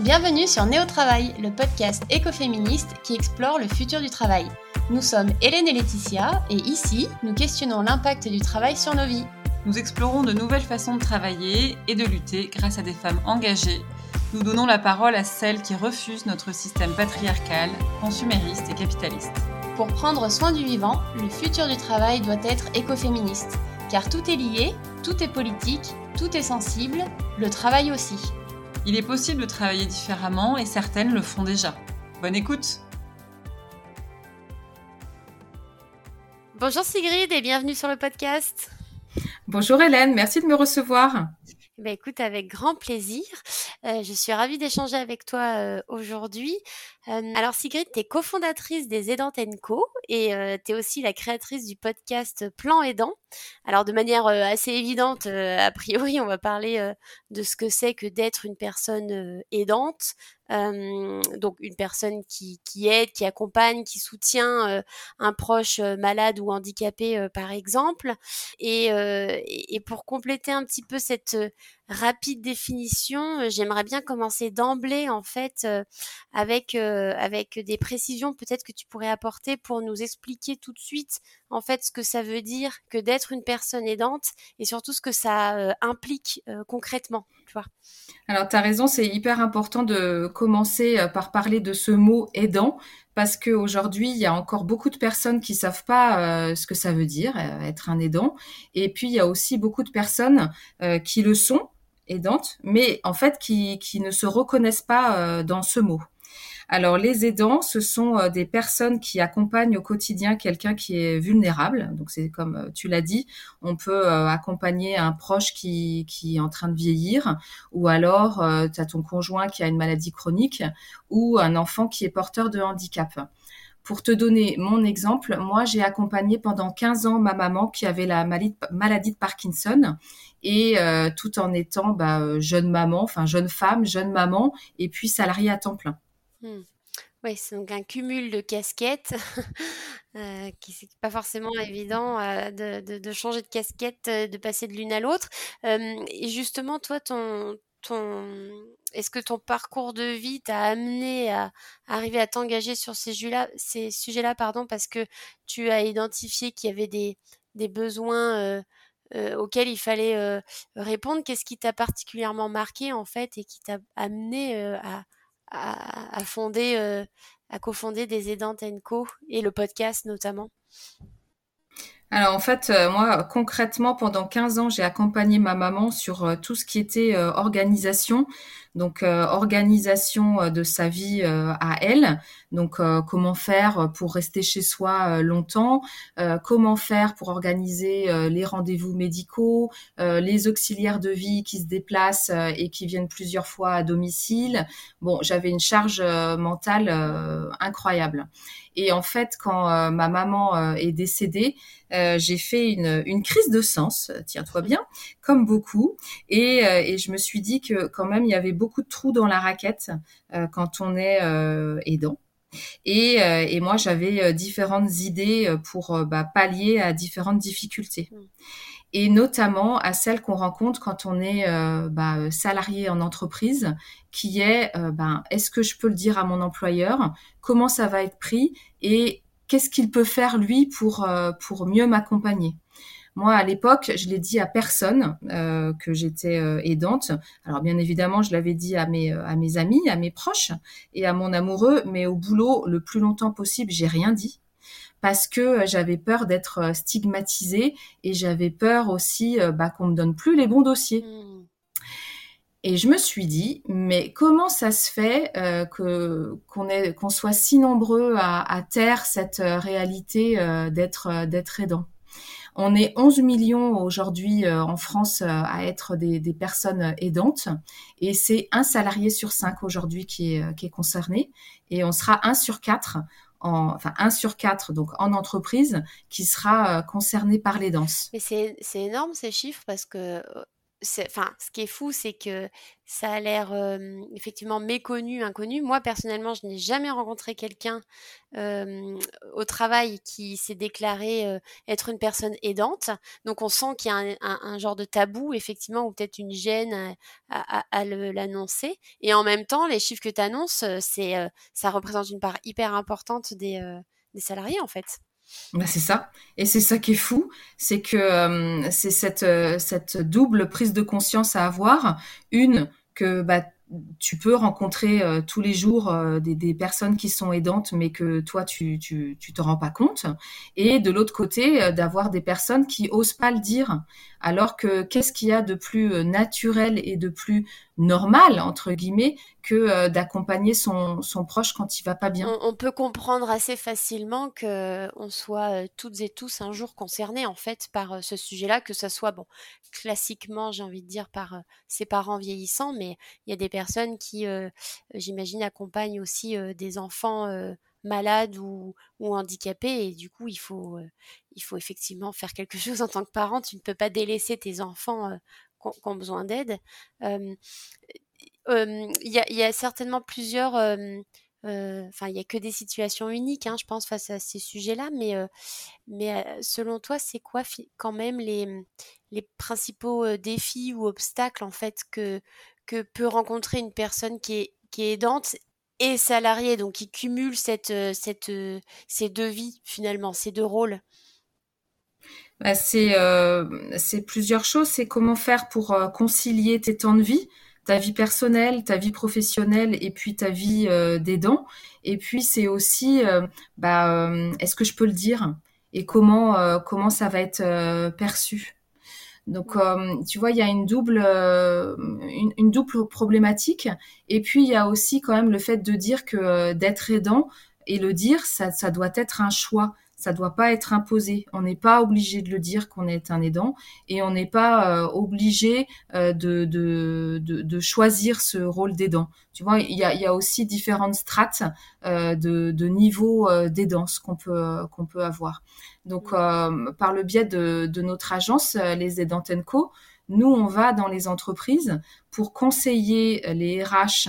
Bienvenue sur Néo Travail, le podcast écoféministe qui explore le futur du travail. Nous sommes Hélène et Laetitia et ici, nous questionnons l'impact du travail sur nos vies. Nous explorons de nouvelles façons de travailler et de lutter grâce à des femmes engagées. Nous donnons la parole à celles qui refusent notre système patriarcal, consumériste et capitaliste. Pour prendre soin du vivant, le futur du travail doit être écoféministe. Car tout est lié, tout est politique, tout est sensible, le travail aussi. Il est possible de travailler différemment et certaines le font déjà. Bonne écoute! Bonjour Sigrid et bienvenue sur le podcast. Bonjour Hélène, merci de me recevoir. Écoute, avec grand plaisir. Je suis ravie d'échanger avec toi aujourd'hui. Alors Sigrid, tu es cofondatrice des Aidantes & Co et tu es aussi la créatrice du podcast Plan Aidant. Alors de manière assez évidente, a priori, on va parler de ce que c'est que d'être une personne aidante. Donc une personne qui aide, qui accompagne, qui soutient un proche malade ou handicapé par exemple. Et pour compléter un petit peu cette rapide définition, j'aimerais bien commencer d'emblée en fait avec des précisions peut-être que tu pourrais apporter pour nous expliquer tout de suite en fait ce que ça veut dire que d'être une personne aidante et surtout ce que ça implique concrètement, tu vois. Alors tu as raison, c'est hyper important de commencer par parler de ce mot aidant parce qu'aujourd'hui, il y a encore beaucoup de personnes qui savent pas ce que ça veut dire être un aidant et puis il y a aussi beaucoup de personnes qui le sont aidantes mais en fait qui ne se reconnaissent pas dans ce mot. Alors, les aidants, ce sont des personnes qui accompagnent au quotidien quelqu'un qui est vulnérable. Donc, c'est comme tu l'as dit, on peut accompagner un proche qui est en train de vieillir, ou alors tu as ton conjoint qui a une maladie chronique, ou un enfant qui est porteur de handicap. Pour te donner mon exemple, moi, j'ai accompagné pendant 15 ans ma maman qui avait la maladie de Parkinson et tout en étant jeune maman, enfin jeune femme, jeune maman et puis salariée à temps plein. Oui, c'est donc un cumul de casquettes qui c'est pas forcément évident de changer de casquette, de passer de l'une à l'autre. Et justement, toi, est-ce que ton parcours de vie t'a amené à arriver à t'engager sur ces sujets-là, parce que tu as identifié qu'il y avait des besoins auxquels il fallait répondre. Qu'est-ce qui t'a particulièrement marqué en fait et qui t'a amené à cofonder des Aidantes & Co et le podcast notamment? Alors en fait, moi concrètement pendant 15 ans, j'ai accompagné ma maman sur tout ce qui était organisation. Donc organisation de sa vie à elle. Donc comment faire pour rester chez soi longtemps, comment faire pour organiser les rendez-vous médicaux, les auxiliaires de vie qui se déplacent et qui viennent plusieurs fois à domicile. Bon, j'avais une charge mentale incroyable. Et en fait, quand ma maman est décédée, j'ai fait une crise de sens, tiens-toi bien, comme beaucoup. Et je me suis dit que quand même, il y avait beaucoup de trous dans la raquette quand on est aidant. Et moi, j'avais différentes idées pour pallier à différentes difficultés. Et notamment à celles qu'on rencontre quand on est salarié en entreprise, qui est est-ce que je peux le dire à mon employeur? Comment ça va être pris? Et qu'est-ce qu'il peut faire lui pour mieux m'accompagner? Moi, à l'époque, je l'ai dit à personne que j'étais aidante. Alors, bien évidemment, je l'avais dit à mes amis, à mes proches et à mon amoureux, mais au boulot, le plus longtemps possible, j'ai rien dit parce que j'avais peur d'être stigmatisée et j'avais peur aussi qu'on me donne plus les bons dossiers. Et je me suis dit, mais comment ça se fait qu'on soit si nombreux à taire cette réalité d'être aidant? On est 11 millions aujourd'hui en France à être des personnes aidantes et c'est un salarié sur 5 aujourd'hui qui est concerné et on sera 1 sur 4 donc en entreprise qui sera concerné par l'aidance. Mais c'est énorme ces chiffres parce que ce qui est fou, c'est que ça a l'air effectivement méconnu, inconnu. Moi, personnellement, je n'ai jamais rencontré quelqu'un euh, au travail qui s'est déclaré être une personne aidante. Donc, on sent qu'il y a un genre de tabou, effectivement, ou peut-être une gêne l'annoncer. Et en même temps, les chiffres que tu annonces, ça représente une part hyper importante des salariés, en fait. Bah, c'est ça. Et c'est ça qui est fou, c'est que c'est cette double prise de conscience à avoir. Une, que bah, tu peux rencontrer tous les jours des personnes qui sont aidantes, mais que toi, tu te rends pas compte. Et de l'autre côté, d'avoir des personnes qui osent pas le dire. Alors que qu'est-ce qu'il y a de plus naturel et de plus normal, entre guillemets, que d'accompagner son proche quand il va pas bien. On peut comprendre assez facilement que on soit toutes et tous un jour concernés en fait par ce sujet-là, que ça soit bon classiquement, j'ai envie de dire par ses parents vieillissants, mais il y a des personnes qui, j'imagine, accompagnent aussi des enfants malades ou handicapés, et du coup il faut effectivement faire quelque chose en tant que parent. Tu ne peux pas délaisser tes enfants qui ont besoin d'aide. Euh, il y a certainement plusieurs. Enfin, il y a que des situations uniques, hein, je pense, face à ces sujets-là. Mais selon toi, c'est quoi quand même les principaux défis ou obstacles en fait que peut rencontrer une personne qui est aidante et salariée, donc qui cumule ces deux vies finalement, ces deux rôles. Bah, c'est plusieurs choses. C'est comment faire pour concilier tes temps de vie, ta vie personnelle, ta vie professionnelle et puis ta vie d'aidant. Et puis c'est aussi, est-ce que je peux le dire et comment ça va être perçu. Donc, tu vois, il y a une double problématique. Et puis, il y a aussi quand même le fait de dire que d'être aidant et le dire, ça doit être un choix. Ça doit pas être imposé. On n'est pas obligé de le dire qu'on est un aidant et on n'est pas obligé de choisir ce rôle d'aidant. Tu vois, il y a aussi différentes strates de niveau d'aidance qu'on peut avoir. Donc, par le biais de notre agence, les Aidantes Co, nous, on va dans les entreprises pour conseiller les RH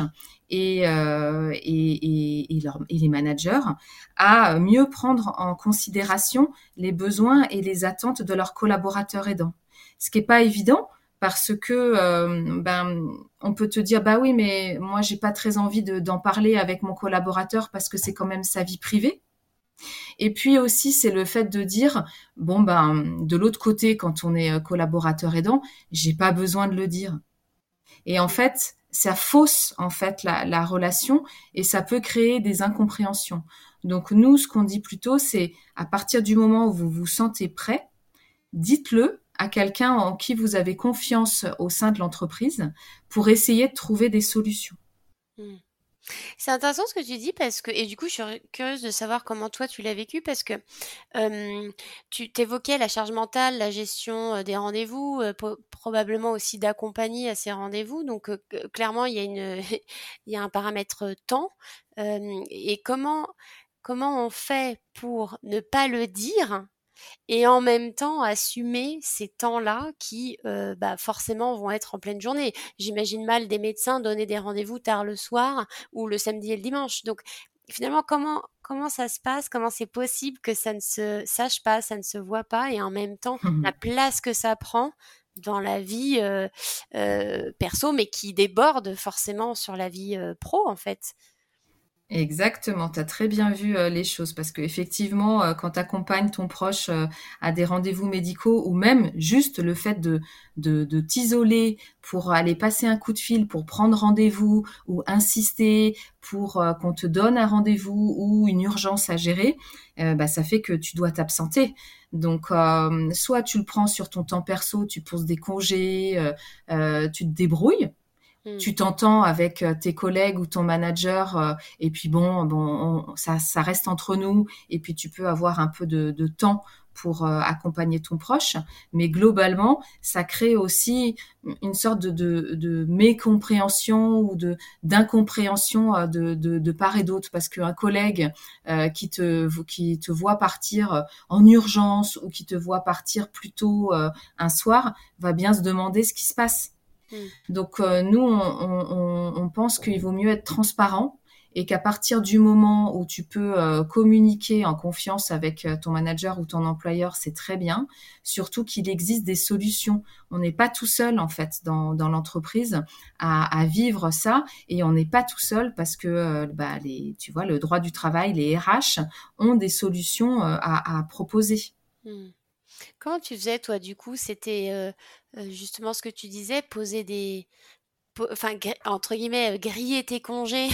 et les managers à mieux prendre en considération les besoins et les attentes de leurs collaborateurs aidants. Ce qui n'est pas évident parce que on peut te dire bah oui mais moi j'ai pas très envie d'en parler avec mon collaborateur parce que c'est quand même sa vie privée. Et puis aussi, c'est le fait de dire, bon, de l'autre côté, quand on est collaborateur aidant, j'ai pas besoin de le dire. Et en fait, ça fausse, en fait, la relation et ça peut créer des incompréhensions. Donc, nous, ce qu'on dit plutôt, c'est à partir du moment où vous vous sentez prêt, dites-le à quelqu'un en qui vous avez confiance au sein de l'entreprise pour essayer de trouver des solutions. Hmm. C'est intéressant ce que tu dis parce que, et du coup, je suis curieuse de savoir comment toi tu l'as vécu parce que tu t'évoquais la charge mentale, la gestion des rendez-vous, probablement aussi d'accompagner à ces rendez-vous. Donc, clairement, il y a il y a un paramètre temps. Et comment on fait pour ne pas le dire et en même temps assumer ces temps-là qui forcément vont être en pleine journée. J'imagine mal des médecins donner des rendez-vous tard le soir ou le samedi et le dimanche. Donc finalement, comment ça se passe? Comment c'est possible que ça ne se sache pas, ça ne se voit pas et en même temps la place que ça prend dans la vie perso, mais qui déborde forcément sur la vie pro en fait. Exactement, tu as très bien vu les choses parce que effectivement, quand tu accompagnes ton proche à des rendez-vous médicaux ou même juste le fait de t'isoler pour aller passer un coup de fil, pour prendre rendez-vous ou insister pour qu'on te donne un rendez-vous ou une urgence à gérer, ça fait que tu dois t'absenter. Donc, soit tu le prends sur ton temps perso, tu poses des congés, tu te débrouilles, Tu t'entends avec tes collègues ou ton manager, et puis ça reste entre nous, et puis tu peux avoir un peu de temps pour accompagner ton proche, mais globalement, ça crée aussi une sorte de mécompréhension ou d'incompréhension de part et d'autre, parce qu'un collègue qui te voit partir en urgence ou qui te voit partir plus tôt un soir va bien se demander ce qui se passe. Donc nous, on pense qu'il vaut mieux être transparent et qu'à partir du moment où tu peux communiquer en confiance avec ton manager ou ton employeur, c'est très bien. Surtout qu'il existe des solutions. On n'est pas tout seul en fait dans l'entreprise à vivre ça, et on n'est pas tout seul parce que tu vois, le droit du travail, les RH ont des solutions à proposer. Comment tu faisais, toi, du coup? C'était justement ce que tu disais, entre guillemets, griller tes congés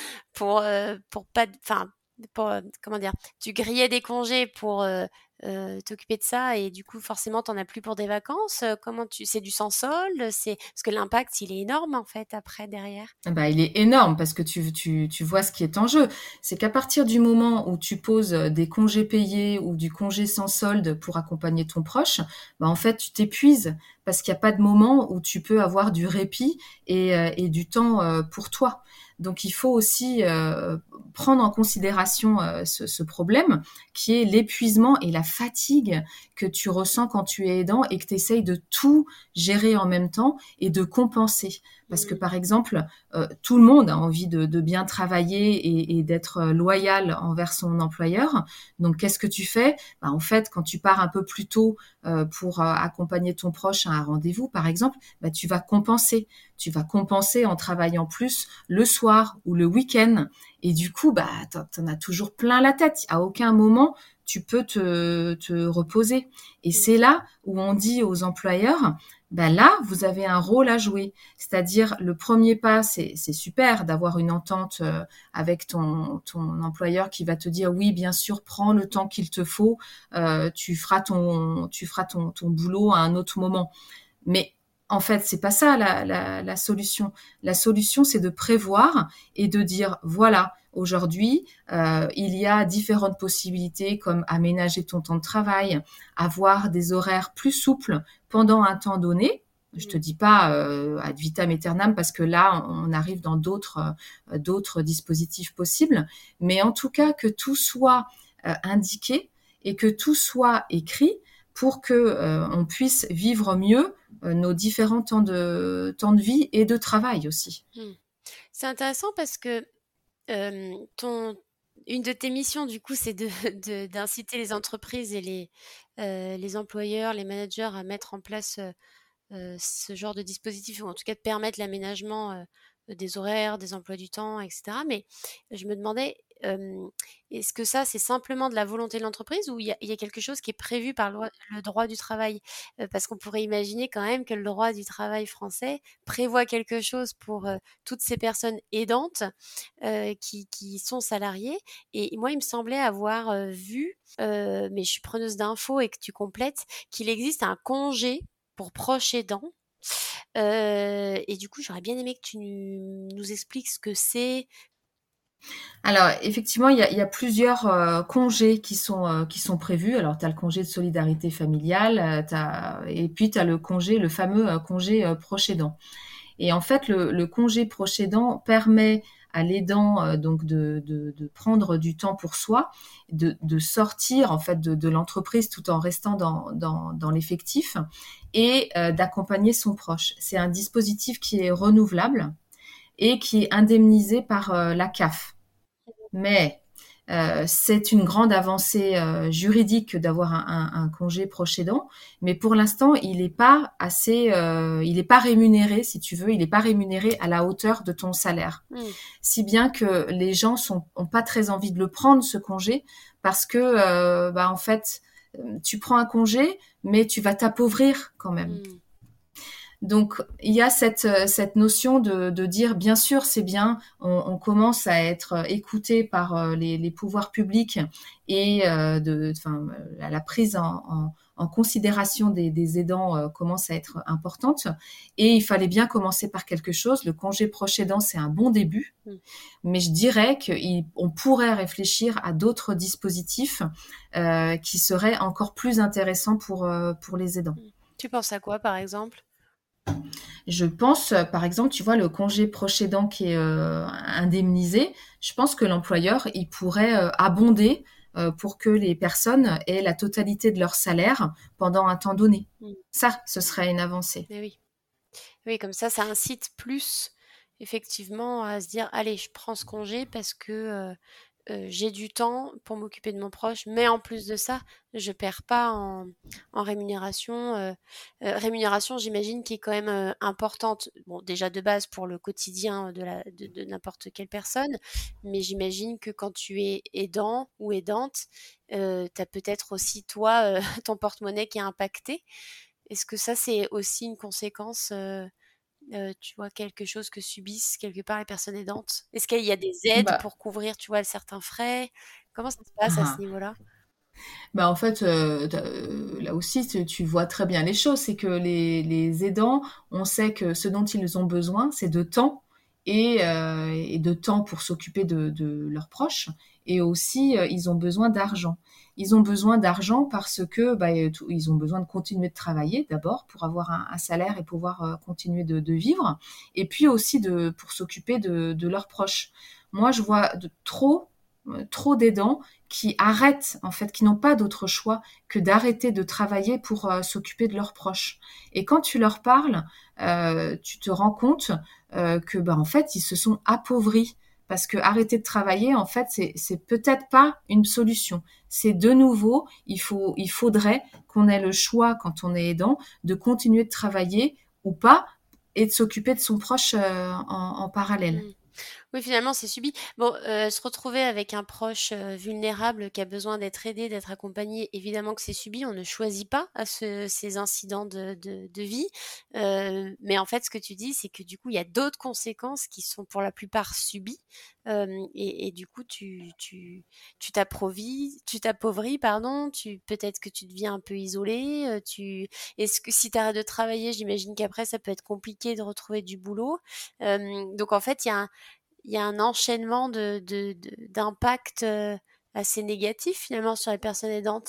pour pas, enfin, comment dire, tu grillais des congés pour t'occuper de ça, et du coup, forcément, t'en as plus pour des vacances. C'est du sans solde, parce que l'impact, il est énorme en fait après derrière. Il est énorme parce que tu vois ce qui est en jeu. C'est qu'à partir du moment où tu poses des congés payés ou du congé sans solde pour accompagner ton proche, en fait, tu t'épuises parce qu'il n'y a pas de moment où tu peux avoir du répit et du temps pour toi. Donc, il faut aussi prendre en considération ce problème qui est l'épuisement et la fatigue que tu ressens quand tu es aidant et que tu essayes de tout gérer en même temps et de compenser. Parce que, par exemple, tout le monde a envie de bien travailler et d'être loyal envers son employeur. Donc, qu'est-ce que tu fais? En fait, quand tu pars un peu plus tôt pour accompagner ton proche à un rendez-vous, par exemple, tu vas compenser. Tu vas compenser en travaillant plus le soir ou le week-end. Et du coup, t'en as toujours plein la tête. À aucun moment, tu peux te reposer. Et c'est là où on dit aux employeurs, là, vous avez un rôle à jouer. C'est-à-dire, le premier pas, c'est super d'avoir une entente avec ton employeur qui va te dire, oui, bien sûr, prends le temps qu'il te faut, tu feras ton boulot à un autre moment. Mais en fait, c'est pas ça la solution. La solution, c'est de prévoir et de dire, voilà, aujourd'hui, il y a différentes possibilités comme aménager ton temps de travail, avoir des horaires plus souples pendant un temps donné. Je te dis pas ad vitam aeternam parce que là, on arrive dans d'autres dispositifs possibles. Mais en tout cas, que tout soit indiqué et que tout soit écrit pour que on puisse vivre mieux nos différents temps de vie et de travail aussi. C'est intéressant parce que une de tes missions, du coup, c'est d'inciter les entreprises et les employeurs, les managers à mettre en place ce genre de dispositif, ou en tout cas de permettre l'aménagement des horaires, des emplois du temps, etc. Mais je me demandais, est-ce que ça, c'est simplement de la volonté de l'entreprise, ou il y a quelque chose qui est prévu par le droit du travail? Parce qu'on pourrait imaginer quand même que le droit du travail français prévoit quelque chose pour toutes ces personnes aidantes qui sont salariées. Et moi, il me semblait avoir vu, mais je suis preneuse d'infos et que tu complètes, qu'il existe un congé pour proche aidant. Et du coup, j'aurais bien aimé que tu nous expliques ce que c'est. Alors, effectivement, il y a plusieurs congés qui sont prévus. Alors, tu as le congé de solidarité familiale, et puis tu as le fameux congé proche aidant. Et en fait, le congé proche aidant permet à l'aidant donc de prendre du temps pour soi, de sortir en fait de l'entreprise tout en restant dans l'effectif, et d'accompagner son proche. C'est un dispositif qui est renouvelable et qui est indemnisé par la CAF. Mais c'est une grande avancée juridique d'avoir un congé proche aidant, mais pour l'instant, il n'est pas rémunéré, si tu veux, il n'est pas rémunéré à la hauteur de ton salaire. Si bien que les gens ont pas très envie de le prendre, ce congé, parce que en fait, tu prends un congé, mais tu vas t'appauvrir quand même. Donc, il y a cette notion de dire, bien sûr, c'est bien, on commence à être écouté par les pouvoirs publics et à la prise en considération des aidants commence à être importante. Et il fallait bien commencer par quelque chose. Le congé proche aidant, c'est un bon début. Mais je dirais qu'on pourrait réfléchir à d'autres dispositifs qui seraient encore plus intéressants pour les aidants. Tu penses à quoi, par exemple ? Je pense, par exemple, tu vois, le congé proche aidant qui est indemnisé, je pense que l'employeur, il pourrait abonder pour que les personnes aient la totalité de leur salaire pendant un temps donné. Ça, ce serait une avancée. Mais oui. Oui, comme ça incite plus, effectivement, à se dire, allez, je prends ce congé parce que j'ai du temps pour m'occuper de mon proche, mais en plus de ça, je perds pas en rémunération. Rémunération, j'imagine, qui est quand même importante. Bon, déjà de base pour le quotidien de n'importe quelle personne, mais j'imagine que quand tu es aidant ou aidante, tu as peut-être aussi, toi, ton porte-monnaie qui est impacté. Est-ce que ça, c'est aussi une conséquence tu vois, quelque chose que subissent quelque part les personnes aidantes? Est-ce qu'il y a des aides pour couvrir, tu vois, certains frais? Comment ça se passe à ce niveau-là? En fait, là aussi, tu vois très bien les choses. C'est que les aidants, on sait que ce dont ils ont besoin, c'est de temps et de temps pour s'occuper de leurs proches. Et aussi, ils ont besoin d'argent. Ils ont besoin d'argent parce que ils ont besoin de continuer de travailler d'abord pour avoir un salaire et pouvoir continuer de vivre. Et puis aussi pour s'occuper de leurs proches. Moi, je vois trop d'aidants qui arrêtent, en fait, qui n'ont pas d'autre choix que d'arrêter de travailler pour s'occuper de leurs proches. Et quand tu leur parles, tu te rends compte que, en fait, ils se sont appauvris. Parce que arrêter de travailler, en fait, c'est peut-être pas une solution. C'est de nouveau, il faudrait qu'on ait le choix, quand on est aidant, de continuer de travailler ou pas, et de s'occuper de son proche en parallèle. Oui, finalement, c'est subi. Bon, se retrouver avec un proche vulnérable qui a besoin d'être aidé, d'être accompagné, évidemment que c'est subi. On ne choisit pas ces incidents de vie. Mais en fait, ce que tu dis, c'est que du coup, il y a d'autres conséquences qui sont pour la plupart subies. Et du coup, tu t'appauvris, pardon. Peut-être que tu deviens un peu isolé. Est-ce que si tu arrêtes de travailler, j'imagine qu'après, ça peut être compliqué de retrouver du boulot. Donc, en fait, il y a un enchaînement d'impacts assez négatifs finalement sur les personnes aidantes.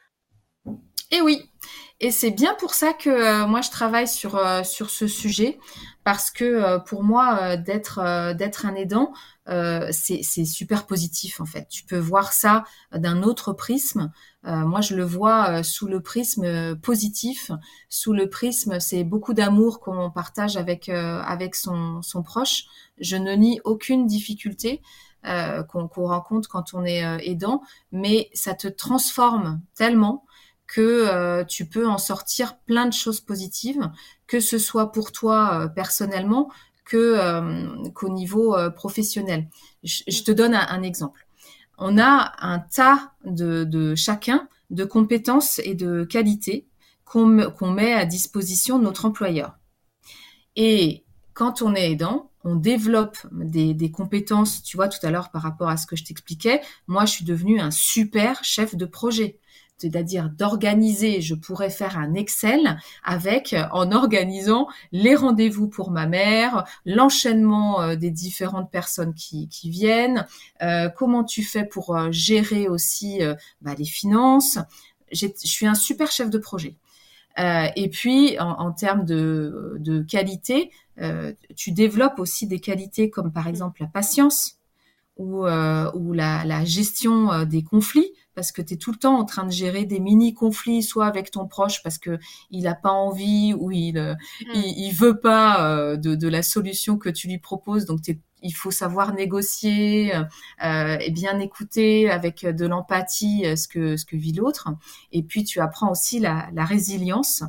Et oui, et c'est bien pour ça que moi je travaille sur ce sujet, parce que pour moi d'être un aidant, c'est super positif en fait. Tu peux voir ça d'un autre prisme. Moi je le vois sous le prisme positif, sous le prisme c'est beaucoup d'amour qu'on partage avec son proche. Je ne nie aucune difficulté qu'on rencontre quand on est aidant, mais ça te transforme tellement que tu peux en sortir plein de choses positives, que ce soit pour toi personnellement, qu'au niveau professionnel. Je te donne un exemple. On a un tas de chacun de compétences et de qualités qu'on met à disposition de notre employeur. Et quand on est aidant, on développe des compétences. Tu vois, tout à l'heure, par rapport à ce que je t'expliquais, moi, je suis devenue un super chef de projet. C'est-à-dire d'organiser, je pourrais faire un Excel en organisant les rendez-vous pour ma mère, l'enchaînement des différentes personnes qui viennent, comment tu fais pour gérer aussi les finances. Je suis un super chef de projet. Et puis, en termes de qualité, tu développes aussi des qualités comme par exemple la patience ou la gestion des conflits, parce que tu es tout le temps en train de gérer des mini-conflits, soit avec ton proche parce que il a pas envie ou il veut pas de la solution que tu lui proposes, donc il faut savoir négocier et bien écouter avec de l'empathie ce que vit l'autre. Et puis tu apprends aussi la résilience.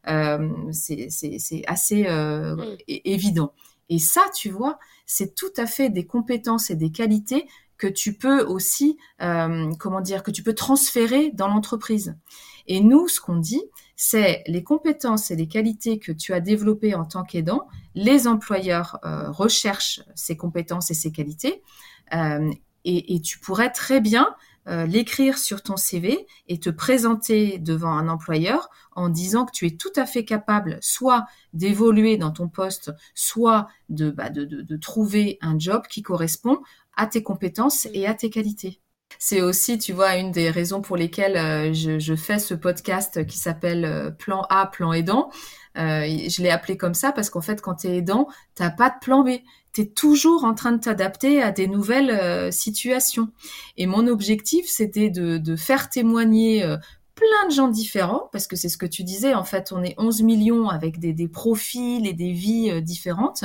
C'est assez évident. Et ça, tu vois, c'est tout à fait des compétences et des qualités que tu peux aussi, que tu peux transférer dans l'entreprise. Et nous, ce qu'on dit, c'est les compétences et les qualités que tu as développées en tant qu'aidant, les employeurs recherchent ces compétences et ces qualités, et tu pourrais très bien l'écrire sur ton CV et te présenter devant un employeur en disant que tu es tout à fait capable soit d'évoluer dans ton poste, soit de trouver un job qui correspond à tes compétences et à tes qualités. C'est aussi, tu vois, une des raisons pour lesquelles je fais ce podcast qui s'appelle Plan A, Plan Aidant. Je l'ai appelé comme ça parce qu'en fait, quand tu es aidant, t'as pas de plan B. Tu es toujours en train de t'adapter à des nouvelles situations. Et mon objectif, c'était de faire témoigner plein de gens différents, parce que c'est ce que tu disais, en fait, on est 11 millions avec des profils et des vies différentes,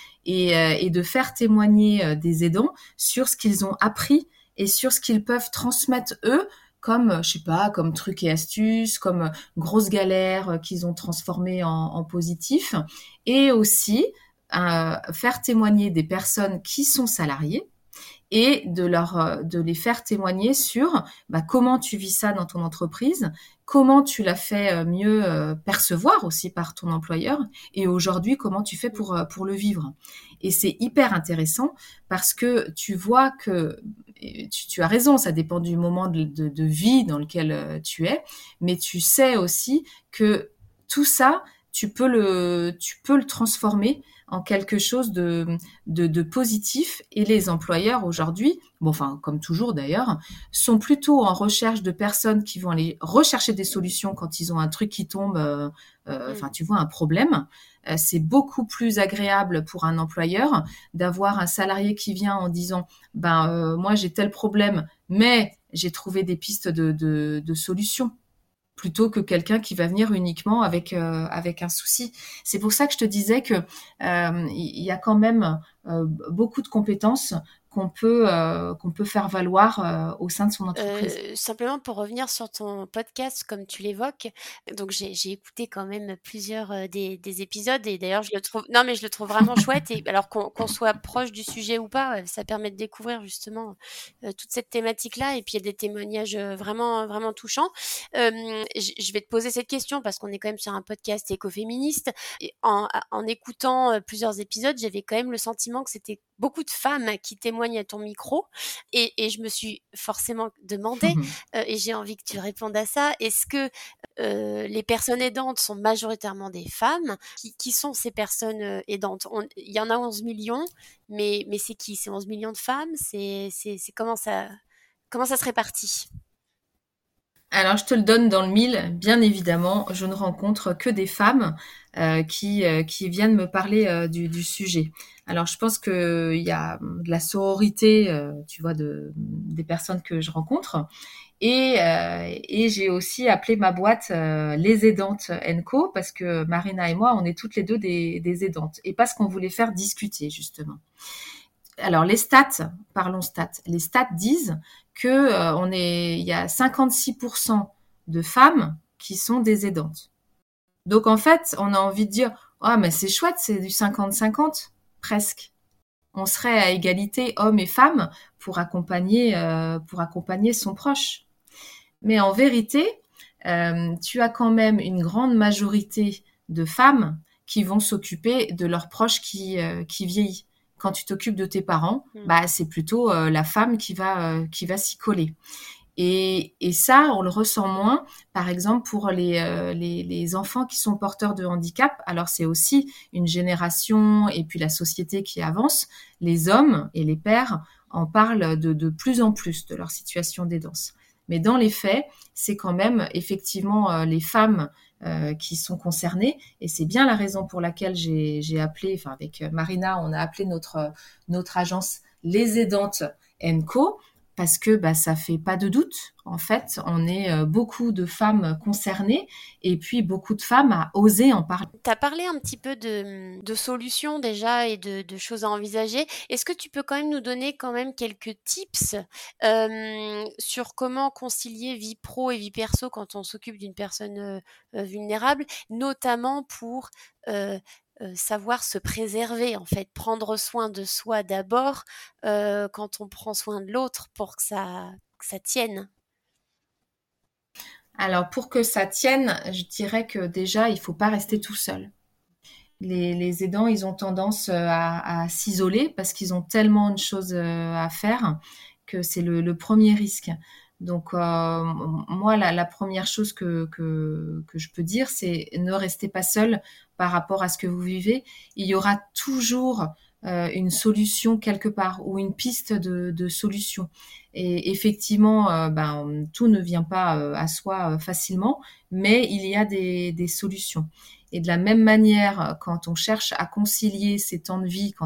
et de faire témoigner des aidants sur ce qu'ils ont appris et sur ce qu'ils peuvent transmettre eux, comme, je sais pas, comme trucs et astuces, comme grosses galères qu'ils ont transformées en positif, et aussi faire témoigner des personnes qui sont salariées et de les faire témoigner sur comment tu vis ça dans ton entreprise, comment tu l'as fait mieux percevoir aussi par ton employeur, et aujourd'hui comment tu fais pour le vivre. Et c'est hyper intéressant parce que tu vois que tu as raison, ça dépend du moment de vie dans lequel tu es, mais tu sais aussi que tout ça, tu peux le transformer en quelque chose de positif. Et les employeurs aujourd'hui, comme toujours d'ailleurs, sont plutôt en recherche de personnes qui vont aller rechercher des solutions quand ils ont un truc qui tombe, tu vois, un problème. C'est beaucoup plus agréable pour un employeur d'avoir un salarié qui vient en disant moi j'ai tel problème, mais j'ai trouvé des pistes de solutions, plutôt que quelqu'un qui va venir uniquement avec un souci. C'est pour ça que je te disais que il y a quand même beaucoup de compétences qu'on peut faire valoir au sein de son entreprise. Simplement pour revenir sur ton podcast, comme tu l'évoques, donc j'ai écouté quand même plusieurs des épisodes, et d'ailleurs je le trouve vraiment chouette, et alors qu'on soit proche du sujet ou pas, ça permet de découvrir justement toute cette thématique-là, et puis il y a des témoignages vraiment, vraiment touchants. Je vais te poser cette question parce qu'on est quand même sur un podcast écoféministe, et en écoutant plusieurs épisodes, j'avais quand même le sentiment que c'était beaucoup de femmes qui témoignent à ton micro, et je me suis forcément demandé, et j'ai envie que tu répondes à ça, est-ce que les personnes aidantes sont majoritairement des femmes? Qui sont ces personnes aidantes? Il y en a 11 millions, mais c'est qui? C'est 11 millions de femmes? C'est comment ça se répartit? Alors, je te le donne dans le mille, bien évidemment, je ne rencontre que des femmes qui viennent me parler du sujet. Alors, je pense qu'il y a de la sororité, tu vois, des personnes que je rencontre. Et j'ai aussi appelé ma boîte Les Aidantes Co, parce que Marina et moi, on est toutes les deux des aidantes. Et parce qu'on voulait faire discuter, justement. Alors, parlons stats. Les stats disent que il y a 56% de femmes qui sont des aidantes. Donc, en fait, on a envie de dire, mais c'est chouette, c'est du 50-50, presque. On serait à égalité hommes et femmes pour accompagner son proche. Mais en vérité, tu as quand même une grande majorité de femmes qui vont s'occuper de leurs proches qui vieillit. Quand tu t'occupes de tes parents, c'est plutôt la femme qui va s'y coller. Et ça, on le ressent moins, par exemple, pour les enfants qui sont porteurs de handicap. Alors, c'est aussi une génération et puis la société qui avance. Les hommes et les pères en parlent de plus en plus de leur situation d'aidance. Mais dans les faits, c'est quand même effectivement les femmes qui sont concernées, et c'est bien la raison pour laquelle j'ai appelé, avec Marina, on a appelé notre agence Les Aidantes Co, parce que ça fait pas de doute, en fait, on est beaucoup de femmes concernées, et puis beaucoup de femmes à oser en parler. Tu as parlé un petit peu de solutions déjà et de choses à envisager. Est-ce que tu peux quand même nous donner quand même quelques tips sur comment concilier vie pro et vie perso quand on s'occupe d'une personne vulnérable, notamment pour savoir se préserver, en fait, prendre soin de soi d'abord quand on prend soin de l'autre pour que ça tienne? Alors, pour que ça tienne, je dirais que déjà, il faut pas rester tout seul. Les aidants, ils ont tendance à s'isoler parce qu'ils ont tellement de choses à faire que c'est le premier risque. Donc, moi, la première chose que je peux dire, c'est ne restez pas seul par rapport à ce que vous vivez. Il y aura toujours une solution quelque part ou une piste de solution. Et effectivement, tout ne vient pas à soi facilement, mais il y a des solutions. Et de la même manière, quand on cherche à concilier ses temps de vie,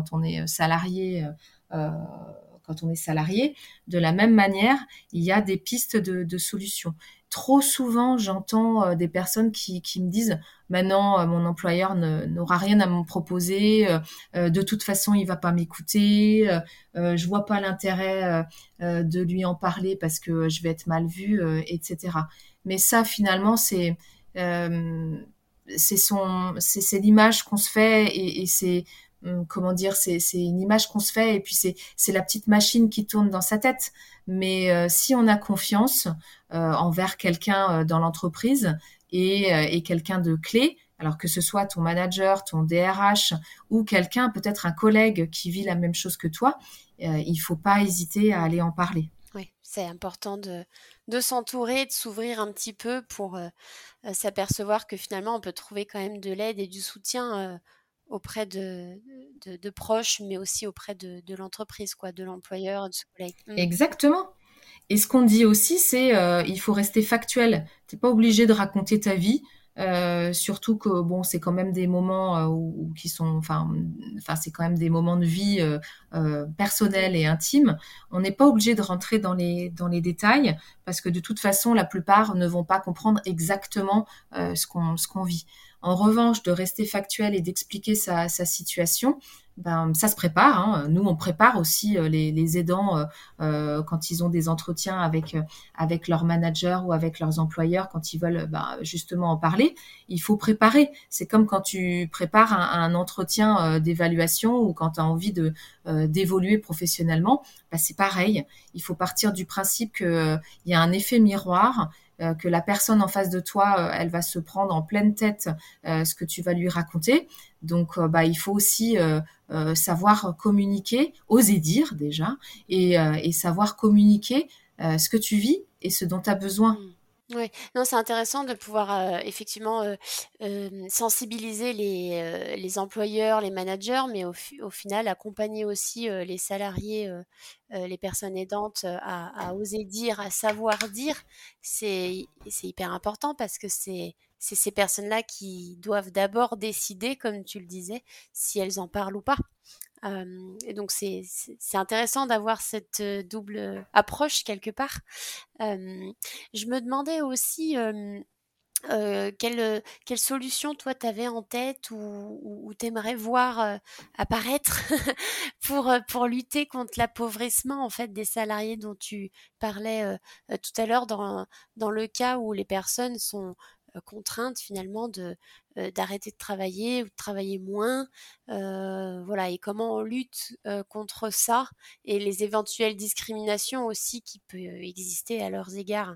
euh, quand on est salarié, de la même manière, il y a des pistes de solutions. Trop souvent, j'entends des personnes qui me disent maintenant mon employeur n'aura rien à me proposer, de toute façon il va pas m'écouter, je vois pas l'intérêt de lui en parler parce que je vais être mal vue, etc. Mais ça finalement euh, c'est l'image qu'on se fait et c'est comment dire, c'est une image qu'on se fait et puis c'est la petite machine qui tourne dans sa tête. Mais si on a confiance envers quelqu'un dans l'entreprise et quelqu'un de clé, alors que ce soit ton manager, ton DRH ou quelqu'un, peut-être un collègue qui vit la même chose que toi, il faut pas hésiter à aller en parler. Oui, c'est important de s'entourer, de s'ouvrir un petit peu pour s'apercevoir que finalement on peut trouver quand même de l'aide et du soutien auprès de proches, mais aussi auprès de l'entreprise, quoi, de l'employeur, de ce collègue. Exactement. Et ce qu'on dit aussi, c'est il faut rester factuel. T'es pas obligé de raconter ta vie, surtout que bon, c'est quand même des moments qui sont, enfin, c'est quand même des moments de vie personnels et intimes. On n'est pas obligé de rentrer dans les détails parce que de toute façon, la plupart ne vont pas comprendre exactement ce qu'on vit. En revanche, de rester factuel et d'expliquer sa situation, ça se prépare. Hein. Nous, on prépare aussi les aidants quand ils ont des entretiens avec leur manager ou avec leurs employeurs, quand ils veulent justement en parler. Il faut préparer. C'est comme quand tu prépares un entretien d'évaluation ou quand tu as envie d'évoluer professionnellement. C'est pareil. Il faut partir du principe qu'il y a un effet miroir, que la personne en face de toi, elle va se prendre en pleine tête ce que tu vas lui raconter. Donc, il faut aussi savoir communiquer, oser dire déjà, et savoir communiquer ce que tu vis et ce dont tu as besoin. Oui, non, c'est intéressant de pouvoir effectivement sensibiliser les employeurs, les managers, mais au final accompagner aussi les salariés, les personnes aidantes à oser dire, à savoir dire. C'est hyper important parce que c'est ces personnes-là qui doivent d'abord décider, comme tu le disais, si elles en parlent ou pas. Et donc c'est intéressant d'avoir cette double approche quelque part. Je me demandais aussi quelle solution toi t'avais en tête ou t'aimerais voir apparaître pour lutter contre l'appauvrissement en fait des salariés dont tu parlais tout à l'heure dans le cas où les personnes sont contraintes finalement d'arrêter de travailler ou de travailler moins, voilà, et comment on lutte contre ça et les éventuelles discriminations aussi qui peuvent exister à leurs égards.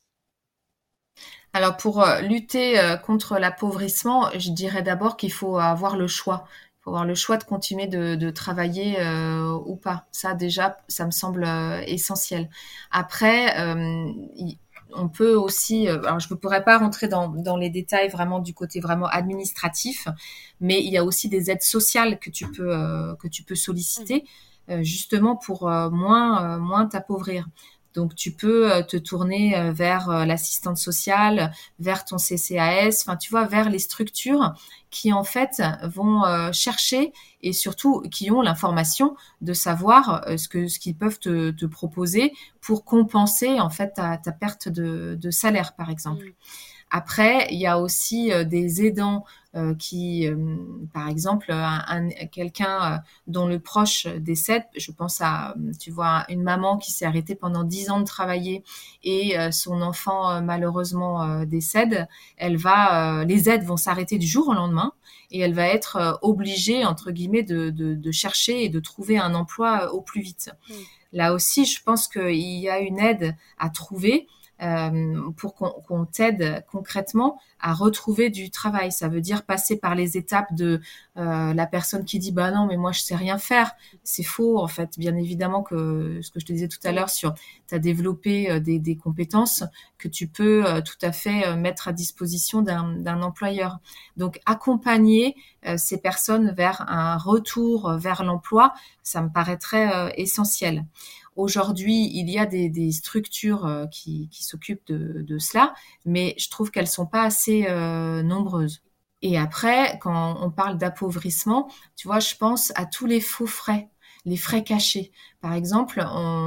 Alors pour lutter contre l'appauvrissement, je dirais d'abord qu'il faut avoir le choix. Il faut avoir le choix de continuer de travailler ou pas. Ça déjà, ça me semble essentiel. Après, on peut aussi, alors je ne pourrais pas rentrer dans les détails vraiment du côté vraiment administratif, mais il y a aussi des aides sociales que tu peux solliciter justement pour moins t'appauvrir. Donc tu peux te tourner vers l'assistante sociale, vers ton CCAS, enfin tu vois, vers les structures qui en fait vont chercher et surtout qui ont l'information de savoir ce qu'ils peuvent te proposer pour compenser en fait ta perte de salaire par exemple. Après, il y a aussi des aidants qui, par exemple, quelqu'un dont le proche décède. Je pense à, tu vois, une maman qui s'est arrêtée pendant 10 ans de travailler et son enfant malheureusement décède. Les aides vont s'arrêter du jour au lendemain et elle va être obligée, entre guillemets, de chercher et de trouver un emploi au plus vite. Là aussi, je pense qu'il y a une aide à trouver pour qu'on t'aide concrètement à retrouver du travail. Ça veut dire passer par les étapes de la personne qui dit bah non mais moi je sais rien faire. C'est faux en fait. Bien évidemment que ce que je te disais tout à l'heure sur t'as développé des compétences que tu peux tout à fait mettre à disposition d'un employeur. Donc accompagner ces personnes vers un retour vers l'emploi, ça me paraîtrait essentiel. Aujourd'hui, il y a des structures qui s'occupent de cela, mais je trouve qu'elles sont pas assez nombreuses. Et après, quand on parle d'appauvrissement, tu vois, je pense à tous les faux frais, les frais cachés. Par exemple,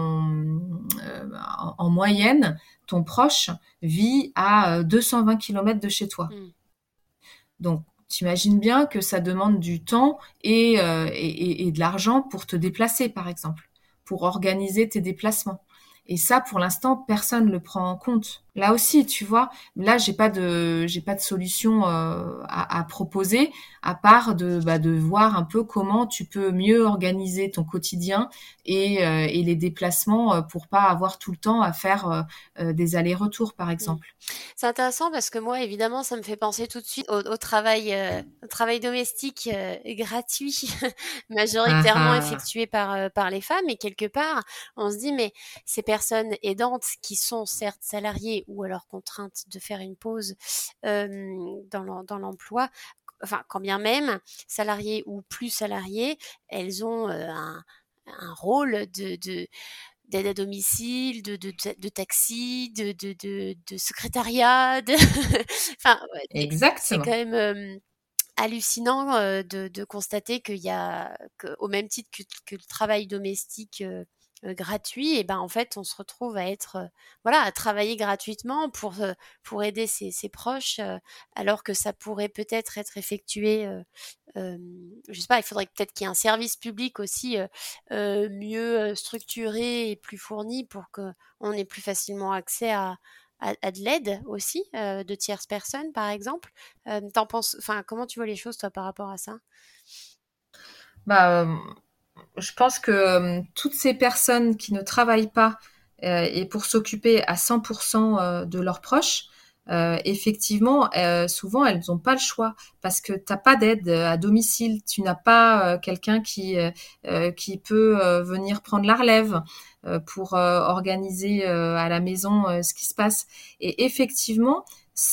en moyenne, ton proche vit à 220 km de chez toi. Donc, t'imagines bien que ça demande du temps et de l'argent pour te déplacer, par exemple, pour organiser tes déplacements. Et ça, pour l'instant, personne ne le prend en compte. Là aussi, tu vois, là, j'ai pas de solution à proposer, à part de voir un peu comment tu peux mieux organiser ton quotidien et les déplacements pour pas avoir tout le temps à faire des allers-retours, par exemple. C'est intéressant parce que moi, évidemment, ça me fait penser tout de suite au travail domestique gratuit, Ah majoritairement ah. effectué par les femmes. Et quelque part, on se dit, mais ces personnes aidantes qui sont certes salariées ou alors contraintes de faire une pause dans l'emploi, enfin, quand bien même, salariées ou plus salariées, elles ont un rôle d'aide à domicile, de taxi, de secrétariat, enfin, ouais, c'est quand Exactement. même hallucinant de constater qu'au même titre que le travail domestique gratuit, et ben en fait on se retrouve à être voilà, à travailler gratuitement pour aider ses proches, alors que ça pourrait peut-être être effectué je sais pas, il faudrait peut-être qu'il y ait un service public aussi mieux structuré et plus fourni pour qu'on ait plus facilement accès à de l'aide aussi de tierces personnes, par exemple. T'en penses, enfin, comment tu vois les choses, toi, par rapport à ça? Bah, je pense que toutes ces personnes qui ne travaillent pas et pour s'occuper à 100% de leurs proches, effectivement, souvent elles n'ont pas le choix parce que t'as pas d'aide à domicile, tu n'as pas quelqu'un qui peut venir prendre la relève pour organiser à la maison ce qui se passe. Et effectivement,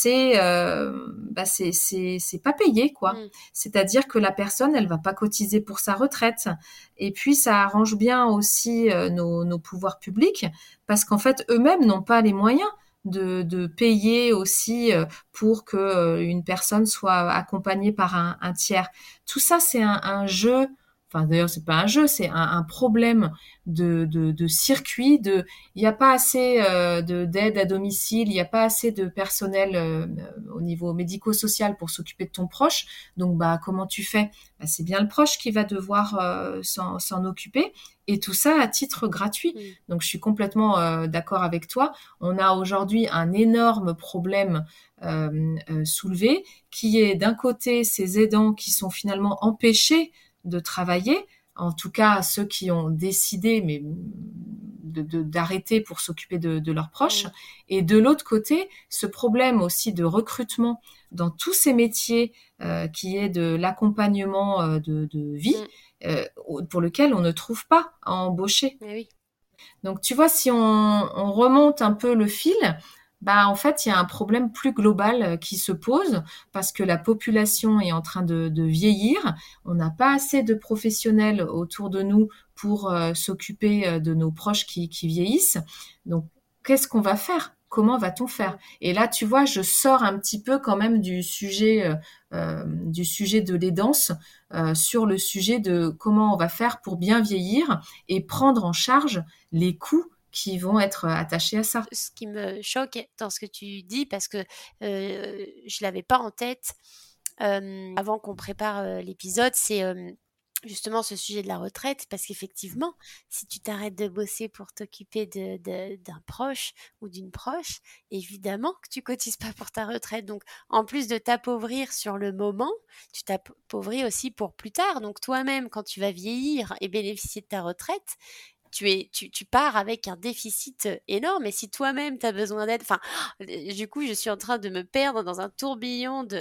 c'est pas payé quoi. Mm. C'est-à-dire que la personne, elle va pas cotiser pour sa retraite. Et puis ça arrange bien aussi nos pouvoirs publics parce qu'en fait eux-mêmes n'ont pas les moyens de payer aussi pour que une personne soit accompagnée par un tiers. Tout ça, c'est un jeu. Enfin, d'ailleurs, c'est pas un jeu, c'est un problème de circuit. Il n'y a pas assez d'aide à domicile, il n'y a pas assez de personnel au niveau médico-social pour s'occuper de ton proche. Donc, bah, comment tu fais? Bah, c'est bien le proche qui va devoir s'en occuper. Et tout ça à titre gratuit. Donc, je suis complètement d'accord avec toi. On a aujourd'hui un énorme problème soulevé, qui est d'un côté ces aidants qui sont finalement empêchés de travailler, en tout cas ceux qui ont décidé mais d'arrêter pour s'occuper de leurs proches, et de l'autre côté ce problème aussi de recrutement dans tous ces métiers qui est de l'accompagnement de vie pour lequel on ne trouve pas à embaucher. Oui. Donc tu vois, si on remonte un peu le fil, bah en fait il y a un problème plus global qui se pose parce que la population est en train de vieillir, on n'a pas assez de professionnels autour de nous pour s'occuper de nos proches qui vieillissent. Donc qu'est-ce qu'on va faire? Comment va-t-on faire? Et là, tu vois, je sors un petit peu quand même du sujet de l'aidance sur le sujet de comment on va faire pour bien vieillir et prendre en charge les coûts qui vont être attachés à ça. Ce qui me choque dans ce que tu dis, parce que je l'avais pas en tête avant qu'on prépare l'épisode, c'est justement ce sujet de la retraite, parce qu'effectivement, si tu t'arrêtes de bosser pour t'occuper d'un proche ou d'une proche, évidemment que tu cotises pas pour ta retraite. Donc, en plus de t'appauvrir sur le moment, tu t'appauvris aussi pour plus tard. Donc, toi-même, quand tu vas vieillir et bénéficier de ta retraite, tu pars avec un déficit énorme. Et si toi-même, tu as besoin d'aide, enfin, du coup, je suis en train de me perdre dans un tourbillon de...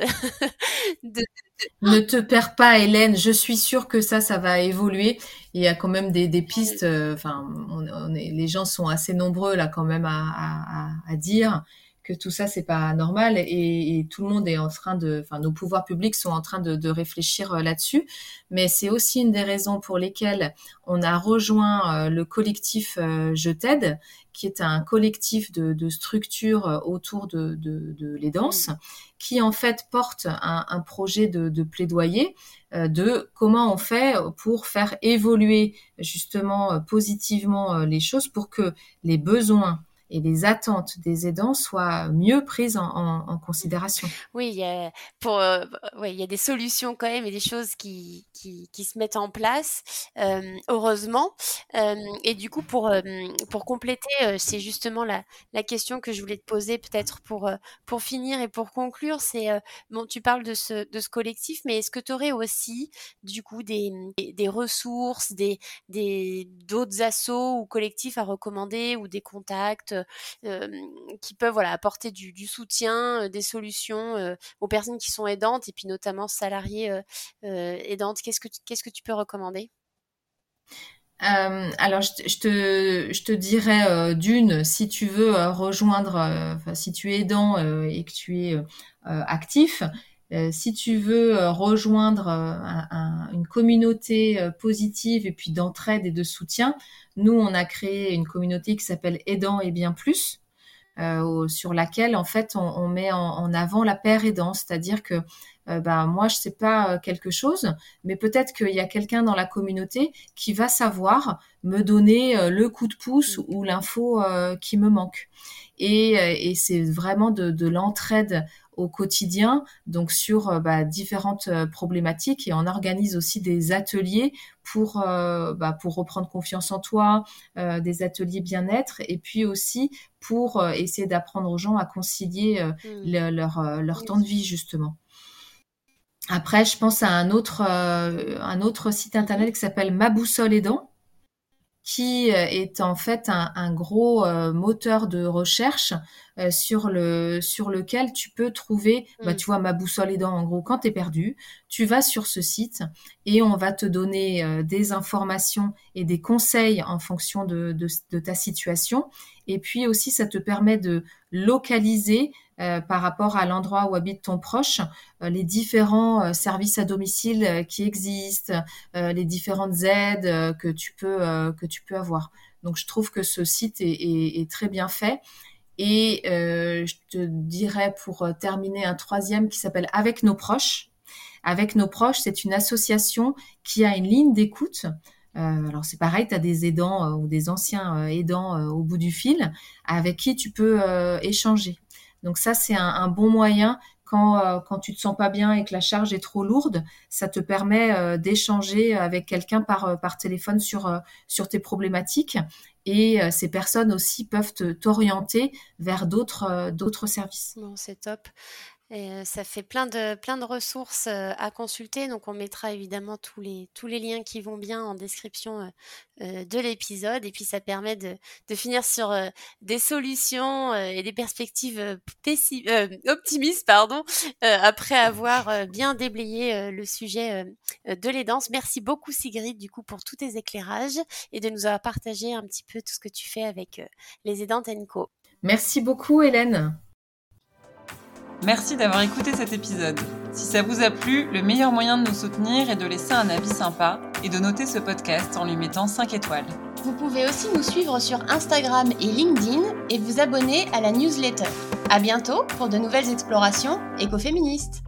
Ne te perds pas, Hélène. Je suis sûre que ça va évoluer. Il y a quand même des pistes. Enfin, les gens sont assez nombreux là quand même à dire que tout ça c'est pas normal et tout le monde est en train enfin, nos pouvoirs publics sont en train de réfléchir là-dessus. Mais c'est aussi une des raisons pour lesquelles on a rejoint le collectif Je t'aide, qui est un collectif de structures autour de l'aidance, qui en fait porte un projet de plaidoyer de comment on fait pour faire évoluer justement positivement les choses pour que les besoins et les attentes des aidants soient mieux prises en considération. Oui, il y a il y a des solutions quand même et des choses qui se mettent en place, heureusement. Et du coup, pour compléter, c'est justement la question que je voulais te poser peut-être pour finir et pour conclure. C'est bon, tu parles de ce collectif, mais est-ce que tu aurais aussi du coup des ressources, d'autres assos ou collectifs à recommander ou des contacts qui peuvent apporter du soutien, des solutions aux personnes qui sont aidantes et puis notamment salariées aidantes. Qu'est-ce que tu peux recommander? Alors, je te dirais d'une, si tu veux rejoindre, si tu es aidant et que tu es actif, si tu veux rejoindre une communauté positive et puis d'entraide et de soutien, nous, on a créé une communauté qui s'appelle Aidant et bien plus, sur laquelle, en fait, on met en avant la paire aidance, c'est-à-dire que moi, je sais pas quelque chose, mais peut-être qu'il y a quelqu'un dans la communauté qui va savoir me donner le coup de pouce ou l'info qui me manque. Et c'est vraiment de l'entraide au quotidien, donc sur différentes problématiques. Et on organise aussi des ateliers pour reprendre confiance en toi, des ateliers bien-être, et puis aussi pour essayer d'apprendre aux gens à concilier leur temps de vie, justement. Après, je pense à un autre site internet qui s'appelle Ma Boussole Aidant, qui est en fait un gros moteur de recherche sur lequel tu peux trouver, tu vois, Ma Boussole Aidant, en gros, quand tu es perdu, tu vas sur ce site et on va te donner des informations et des conseils en fonction de ta situation. Et puis aussi, ça te permet de localiser par rapport à l'endroit où habite ton proche, les différents services à domicile qui existent, les différentes aides que tu peux avoir. Donc, je trouve que ce site est très bien fait. Et je te dirais pour terminer un troisième qui s'appelle Avec nos proches. Avec nos proches, c'est une association qui a une ligne d'écoute. Alors c'est pareil, tu as des aidants ou des anciens aidants au bout du fil avec qui tu peux échanger. Donc ça, c'est un bon moyen quand tu te sens pas bien et que la charge est trop lourde, ça te permet d'échanger avec quelqu'un par téléphone sur tes problématiques. Et ces personnes aussi peuvent t'orienter vers d'autres services. Bon, c'est top. Et ça fait plein de ressources à consulter. Donc, on mettra évidemment tous les liens qui vont bien en description de l'épisode. Et puis, ça permet de finir sur des solutions et des perspectives optimistes, après avoir bien déblayé le sujet de l'aidance. Merci beaucoup, Sigrid, du coup, pour tous tes éclairages et de nous avoir partagé un petit peu tout ce que tu fais avec les Aidantes & Co. Merci beaucoup, Hélène. Merci d'avoir écouté cet épisode. Si ça vous a plu, le meilleur moyen de nous soutenir est de laisser un avis sympa et de noter ce podcast en lui mettant 5 étoiles. Vous pouvez aussi nous suivre sur Instagram et LinkedIn et vous abonner à la newsletter. À bientôt pour de nouvelles explorations écoféministes.